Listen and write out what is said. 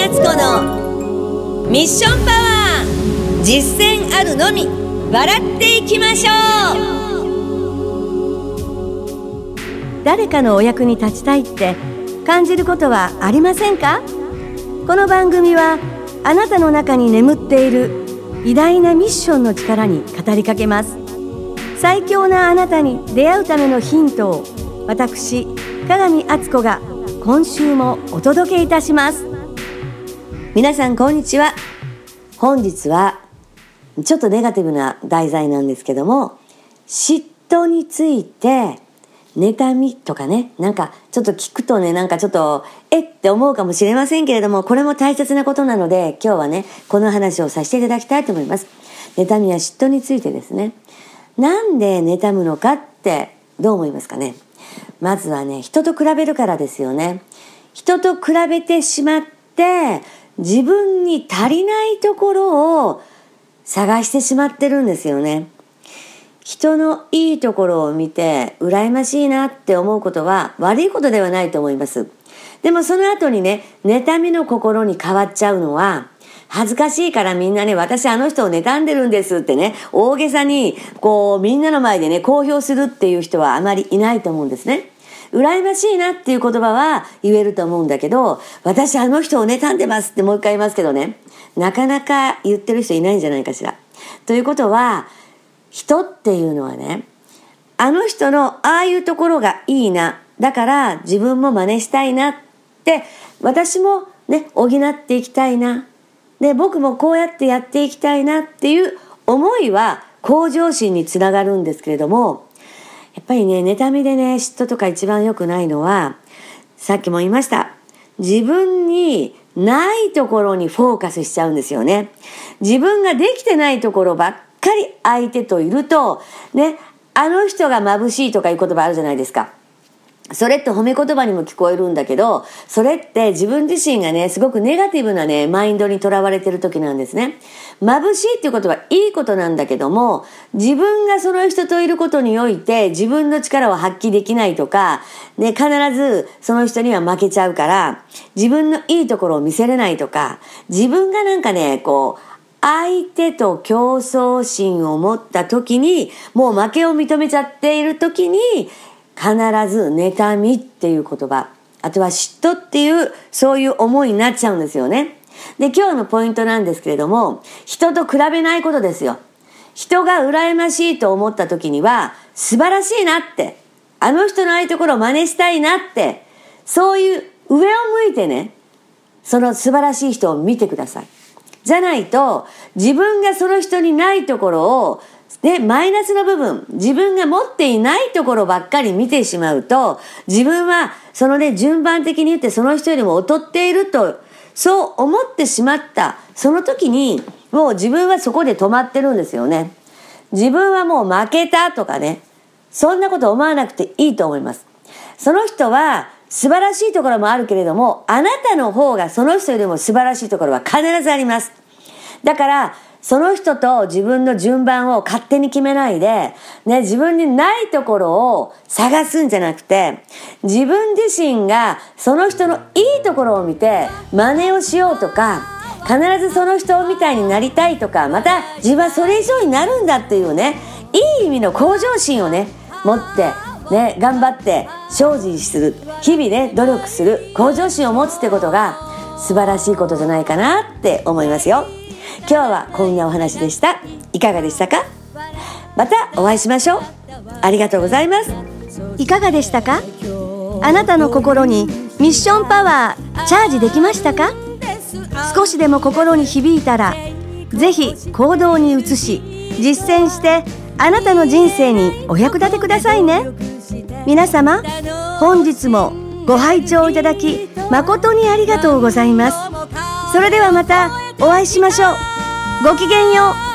敦子のミッションパワー、実践あるのみ、笑っていきましょう。誰かのお役に立ちたいって感じることはありませんか？この番組はあなたの中に眠っている偉大なミッションの力に語りかけます。最強なあなたに出会うためのヒントを私、鏡敦子が今週もお届けいたします。 皆さんこんにちは。本日はちょっとネガティブな題材なんですけども、嫉妬について妬みとかね、なんかちょっと聞くとね、なんかちょっとって思うかもしれませんけれども、これも大切なことなので、今日はねこの話をさせていただきたいと思います。妬みや嫉妬についてですね。なんで妬むのかってどう思いますかね。まずはね、人と比べるからですよね。人と比べてしまって自分に足りないところを探してしまってるんですよね。人のいいところを見て羨ましいなって思うことは悪いことではないと思います。でもその後にね、妬みの心に変わっちゃうのは、恥ずかしいからみんなね、私あの人を妬んでるんですってね、大げさにみんなの前でね公表するっていう人はあまりいないと思うんですね。羨ましいなっていう言葉は言えると思うんだけど、私あの人を妬んでますってもう一回言いますけどね、なかなか言ってる人いないんじゃないかしら。ということは、人っていうのはね、あの人のああいうところがいいな、だから自分も真似したいなって、私もね補っていきたいな、で僕もこうやってやっていきたいなっていう思いは向上心につながるんですけれども、やっぱりね、妬みでね、嫉妬とか一番良くないのは、さっきも言いました、自分にないところにフォーカスしちゃうんですよね。自分ができてないところばっかり相手といるとね、あの人が眩しいとかいう言葉あるじゃないですか。それって褒め言葉にも聞こえるんだけど、それって自分自身がね、すごくネガティブなねマインドにとらわれてる時なんですね。眩しいっていうことはいいことなんだけども、自分がその人といることにおいて自分の力を発揮できないとかね、必ずその人には負けちゃうから自分のいいところを見せれないとか、自分がなんかね相手と競争心を持った時に、もう負けを認めちゃっている時に必ず妬みっていう言葉、あとは嫉妬っていうそういう思いになっちゃうんですよね。で、今日のポイントなんですけれども、人と比べないことですよ。人が羨ましいと思った時には素晴らしいなって、あの人のああいうところを真似したいなって、そういう上を向いてね、その素晴らしい人を見てください。じゃないと自分がその人にないところをで、マイナスの部分、自分が持っていないところばっかり見てしまうと、自分はそのね、順番的に言ってその人よりも劣っていると、そう思ってしまったその時に、もう自分はそこで止まってるんですよね。自分はもう負けたとかね、そんなこと思わなくていいと思います。その人は素晴らしいところもあるけれども、あなたの方がその人よりも素晴らしいところは必ずあります。だからその人と自分の順番を勝手に決めないで、ね、自分にないところを探すんじゃなくて、自分自身がその人のいいところを見て真似をしようとか、必ずその人みたいになりたいとか、また自分はそれ以上になるんだっていうね、いい意味の向上心をね持ってね、頑張って精進する、日々ね努力する、向上心を持つってことが素晴らしいことじゃないかなって思いますよ。今日はこんなお話でした。いかがでしたか？またお会いしましょう。ありがとうございます。 いかがでしたか？あなたの心にミッションパワーチャージできましたか？少しでも心に響いたら、ぜひ行動に移し実践してあなたの人生にお役立てくださいね。皆様、本日もご拝聴いただき誠にありがとうございます。それではまたお会いしましょう。ごきげんよう。